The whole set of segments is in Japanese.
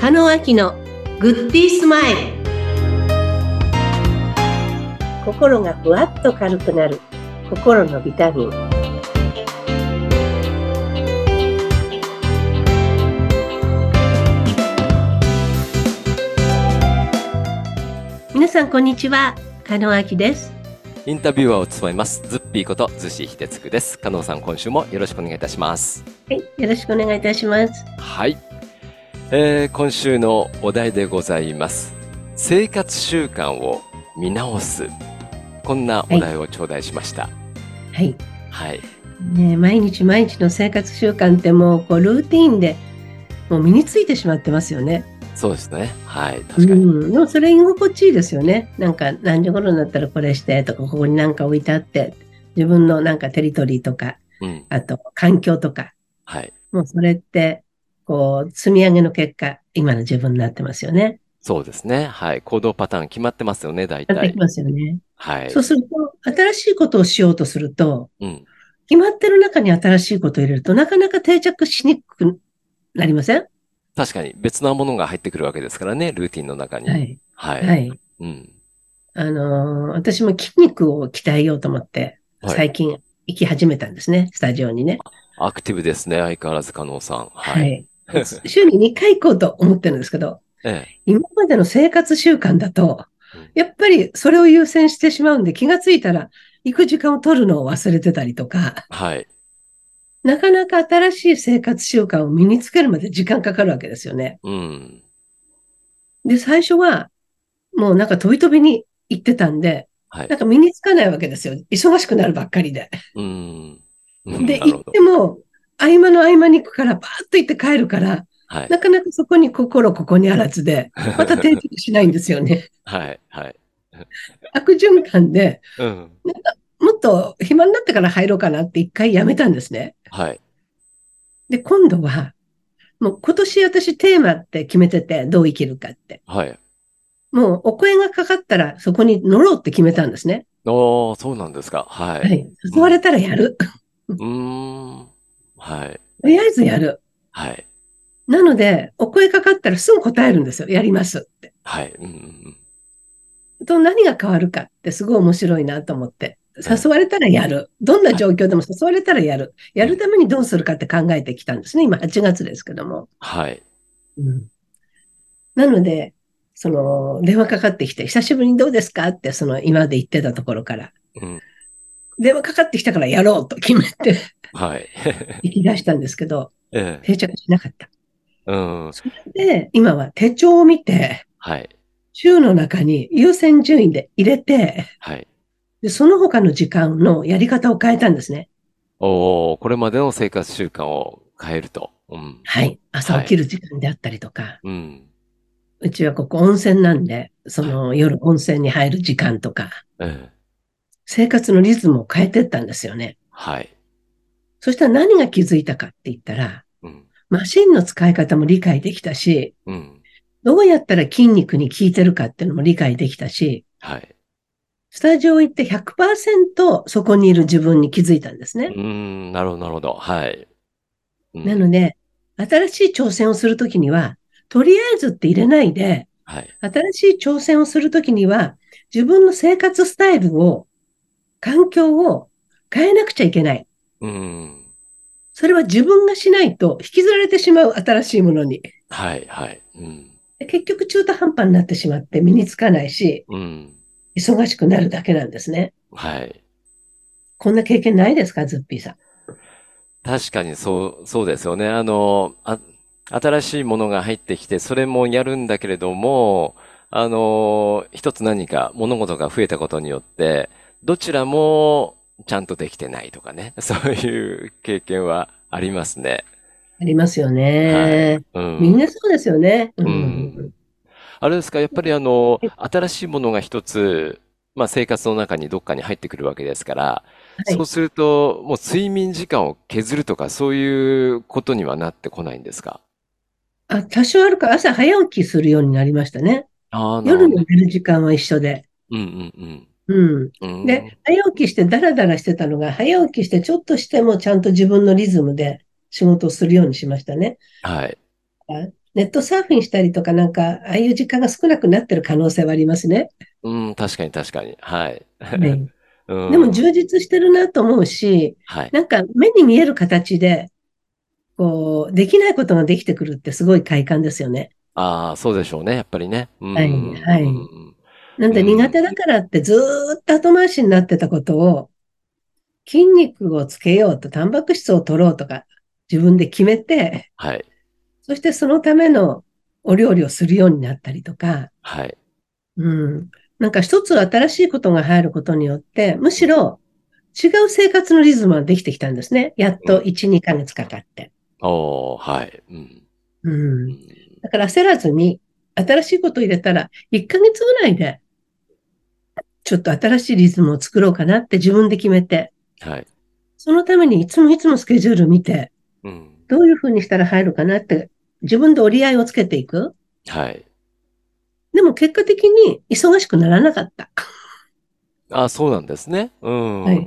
加納明のグッディースマイル。心がふわっと軽くなる心のビタミン。皆さんこんにちは、加納明です。 インタビュアーを務めますズッピーこと逗子秀嗣です。加納さん、今週もよろしくお願いいたします。 はい、よろしくお願いいたします。 はい、今週のお題でございます。生活習慣を見直す、こんなお題を頂戴しました。 はい、 はい、 毎日毎日の生活習慣ってもうルーティーンでもう身についてしまってますよね。 そうですね。はい、確かに。 でもそれ居心地いいですよね。なんか何時頃になったらこれしてとか、ここに何か置いてあって、自分のなんかテリトリーとか、あと環境とか、 はい、 もうそれって積み上げの結果、今の自分になってますよね。 そうですね。はい、行動パターン決まってますよね、大体。 なってきますよね。 はい。 そうすると、新しいことをしようとすると、 うん。 決まってる中に新しいことを入れると、なかなか定着しにくくなりません？ 確かに別なものが入ってくるわけですからね、ルーティンの中に。 はい。 はい。 はい。 うん。 私も筋肉を鍛えようと思って、 はい。 最近行き始めたんですね、スタジオにね。 アクティブですね、相変わらず加納さん。はい。 はい。週に2回行こうと思ってるんですけど、 ええ。 今までの生活習慣だと、 うん。 やっぱりそれを優先してしまうんで、気がついたら行く時間を取るのを忘れてたりとか、 はい。 なかなか新しい生活習慣を身につけるまで時間かかるわけですよね。 うん。 で、最初はもうなんか飛び飛びに行ってたんで、 はい。 なんか身につかないわけですよ。忙しくなるばっかりで。 うん。うん、 で、行っなるほど。 ても、合間の合間に行くから、バーッと行って帰るから、 はい。 なかなかそこに心ここにあらずで、また定着しないんですよね。 はい。はい。 悪循環で、 うん。 なんかもっと暇になってから入ろうかなって一回やめたんですね。 はい。 で、今度は、もう今年私テーマって決めてて、どう生きるかって。 はい。 もうお声がかかったらそこに乗ろうって決めたんですね。 おー、そうなんですか。はい。 はい。 うん。 誘われたらやる。 うーん。はい。 とりあえずやる。 はい。 なので、お声かかったらすぐ答えるんですよ。やりますって。 はい。うん。うん。 と何が変わるかってすごい面白いなと思って。 ええ。 誘われたらやる。どんなはい。 状況でも誘われたらやる。やうん。 るためにどうするかって考えてきたんですね。今8月ですけども。 はい。 うん、なので、電話かかってきて、久しぶりにどうですかって、今まで言ってたところから、 うん。 電話かかってきたからやろうと決めてはい。 行き出したんですけど、 ええ。 定着しなかった。 うん。 それで、今は手帳を見て、 はい。 週の中に優先順位で入れて、 はい。 で、その他の時間のやり方を変えたんですね。 おー、これまでの生活習慣を変えると。うん。 はい。朝はい。 起きる時間であったりとか、 うん。 うちはここ温泉なんで、 はい。 夜温泉に入る時間とか、 ええ。 生活のリズムを変えていったんですよね。 はい。 そしたら何が気づいたかって言ったら、 うん。 マシンの使い方も理解できたし、 うん。 どうやったら筋肉に効いてるかっていうのも理解できたし、 はい。 スタジオ行って100%そこにいる自分に気づいたんですね。 なるほど、なるほど。はい。うん。 なので、新しい挑戦をするときには、とりあえずって入れないで、 はい。 新しい挑戦をするときには、自分の生活スタイルを、環境を変えなくちゃいけない。 うん。 それは自分がしないと引きずられてしまう新しいものに。 はい、はい。うん。 結局中途半端になってしまって身につかないし、 うん。 忙しくなるだけなんですね。 はい。 こんな経験ないですか、ズッピーさん。 確かにそうですよね。新しいものが入ってきて、それもやるんだけれども、一つ何か物事が増えたことによって、どちらもちゃんとできてないとかね。そういう経験はありますね。 ありますよはい。 ね。 うん。 みんなそうですよね。ううん。 ん。あれですか、やっぱり新しいものが一つ、まあ生活の中にどっかに入ってくるわけですから、 はい。 そうすると、もう睡眠時間を削るとか、そういうことにはなってこないんですか？ 多少あるから朝早起きするようになりましたね。 ああー、なるほどね。 夜の寝る時間は一緒で。 うんうんうん。 うん。 で、早起きしてダラダラしてたのが、早起きしてちょっとしてもちゃんと自分のリズムで仕事をするようにしましたね。 はい。 ネットサーフィンしたりとかなんか、ああいう時間が少なくなってる可能性はありますね。 うん、確かに確かに。はい。 はい。 うでもん。 充実してるなと思うし、 はい。 なんか目に見える形で、こう、できないことができてくるってすごい快感ですよね。 ああ、そうでしょうね。やっぱりね。うはい、 ん。 はい。なんうん。うん。 で苦手だからってずーっと後回しになってたことを、筋肉をつけようと、タンパク質を取ろうとか、自分で決めて、 はい。 そしてそのためのお料理をするようになったりとか、 はい。 うん。なんか一つ新しいことが入ることによって、むうん。 しろ違う生活のリズムができてきたんですね。やっとうん。 1、2ヶ月かかって。 おー、はい。うん。 ううん。 ん。 だから焦らずに、新しいことを入れたら、1ヶ月ぐらいで、ちょっと新しいリズムを作ろうかなって自分で決めて、 はい。 そのためにいつもいつもスケジュール見て、 うん。 どういうふうにしたら入るかなって、自分で折り合いをつけていく。 はい。 でも結果的に忙しくならなかった。 あ、そうなんですね。うん。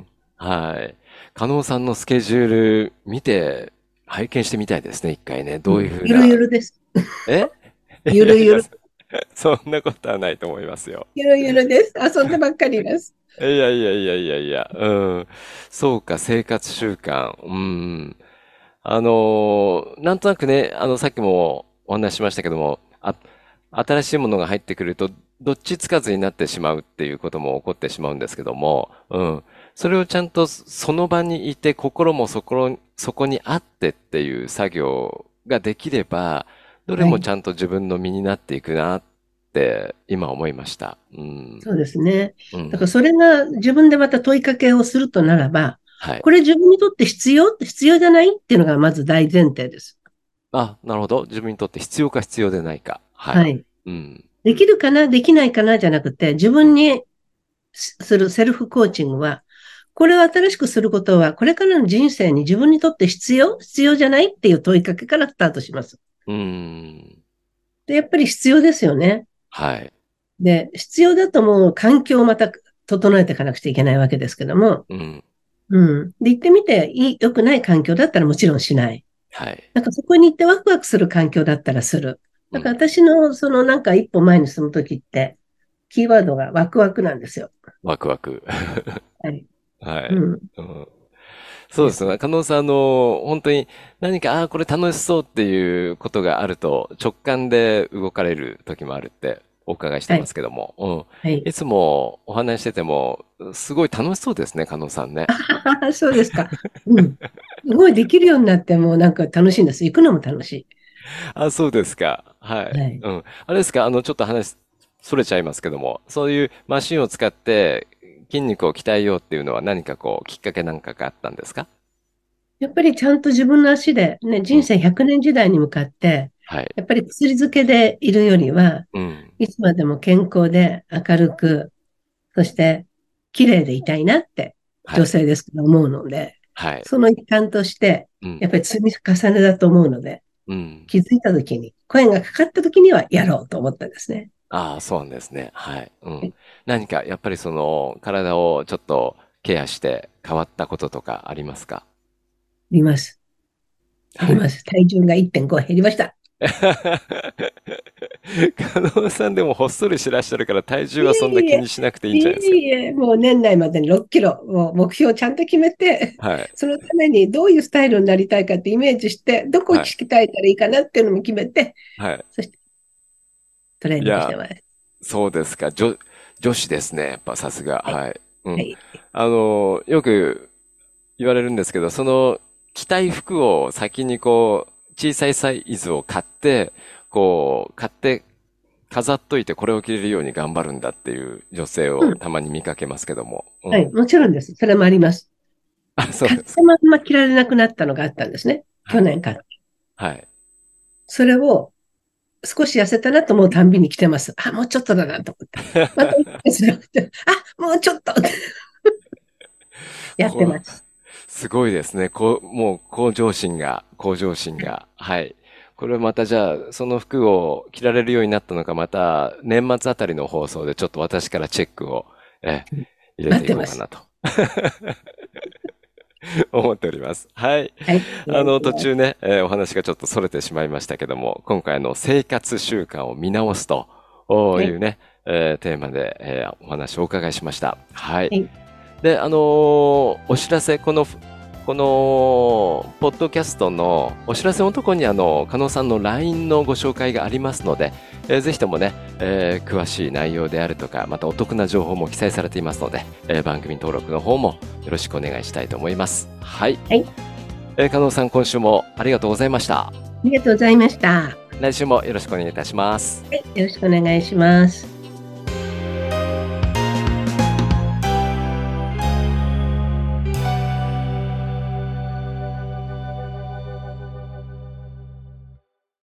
はい。 はい。加納さんのスケジュール見て、拝見してみたいですね、一回ね。どういううん。ゆるゆふうな。 るです。 えいやいや、 ゆるゆる。 そんなことはないと思いますよ。 ゆるゆるです。遊んでばっかりです。 いやいやいやいやいや、うん。そうか、生活習慣。うん。なんとなくね、さっきもお話ししましたけども、新しいものが入ってくると、どっちつかずになってしまうっていうことも起こってしまうんですけども、うん。それをちゃんとその場にいて、心もそこにあってっていう作業ができれば、どれはい。 もちゃんと自分の身になっていくなって今思いました。うん。 そうですね。 うん。 だからそれが自分でまた問いかけをするとならば、 はい。 これ自分にとって必要じゃないっていうのがまず大前提です。 あ、なるほど。自分にとって必要か必要でないか。はい。 はい。 うん。 できるかな、できないかなじゃなくて、自うん。 分にするセルフコーチングは、これを新しくすることは、これからの人生に自分にとって必要じゃないっていう問いかけからスタートします。 うーん。 で、やっぱり必要ですよね。 はい。 で、必要だと思う環境をまた整えていかなくちゃいけないわけですけども、 うん。 うん。で、行ってみて良くない環境だったらもちろんしない。 はい。 なんかそこに行ってワクワクする環境だったらする。 うん。 だから私のそのなんか一歩前に進むときって、キーワードがワクワクなんですよ。 ワクワク。 はい。 はい。 うん。 うん。そうです。 ですね。加納さん、本当に何か、これ楽しそうっていうことがあると、直感で動かれる時もあるってお伺いしてはい。 ますけども、うん。 はい。 いつもお話ししてても、すごい楽しそうですね、加納さんね。 そうですか。うん。すごいできるようになってもうなんか楽しいんです。行くのも楽しあ、そうですか。はい。 い。 はい。 うん。あれですか、ちょっと話、それちゃいますけども、そういうマシンを使って筋肉を鍛えようっていうのは何かこう、きっかけなんかがあったんですか？ やっぱりちゃんと自分の足でね、 うん。 人生100年時代に向かって、 はい。 やっぱり薬漬けでいるよりは、 うん。 いつまでも健康で明るく、そして綺麗でいたいなって女はい。 性ですけど思うので、 はい。 その一環として、 うん。 やっぱり積み重ねだと思うので、 うん。 気づいた時に、声がかかった時にはやろうと思ったんですね。 ああ、そうなんですね。はい。うん。 はい。 何か、やっぱりその、体をちょっとケアして変わったこととかありますか？ ります。あはい。 ります。体重が1.5減りました。 加納さんでもほっそりしてらっしゃるから体重いはそんなえいえ、 気にしなくていいんいじゃないですか。 えいえ、もう年内までに6キロ、もう目標をちゃんと決めて、 はい。 そのためにどういうスタイルになりたいかってイメージして、どこをはい。 鍛えたらいいかなっていうのも決めて、 はい。 そしてトレーニングしいや、 てます。 そうですか。女子ですね。やっぱさすが。 はい。 はい。うん。 はい。 よく言われるんですけど、その着たい服を先にこう、小さいサイズを買って、買って飾っといてこれを着れるように頑張るんだっていう女性うん。 をたまに見かけますけども。うはい。 ん。 もちろんです。それもあります。 あ、そう買っですか。 たまんま着られなくなったのがあったんですね。 はい。 去年から。 はい。 それを少し痩せたなと思うたんびに着てます。あ、もうちょっとだなと思って。また1ヶ月じゃなくて、あ、もうちょっとやってこう、 ます。 すごいですね。もう向上心が。はい。これまたじゃあ、その服を着られるようになったのか、また年末あたりの放送でちょっと私からチェックを、入れてい待ってます。 こうかなと。 思っております。はい。 はい。 途中ね、お話がちょっと逸れてしまいましたけども、今回生活習慣を見直すとはい。 いうね、テーマで、お話をお伺いしました。はい。 はい。 で、お知らせ、この、ポッドキャストのお知らせのところに加納さんの LINE のご紹介がありますので、ぜひともね、詳しい内容であるとか、またお得な情報も記載されていますので、番組登録の方もよろしくお願いしたいと思います。はい。 はい。 加納さん、今週もありがとうございました。 ありがとうございました。は来週もよろしくお願いいたします。 い。よろしくお願いします。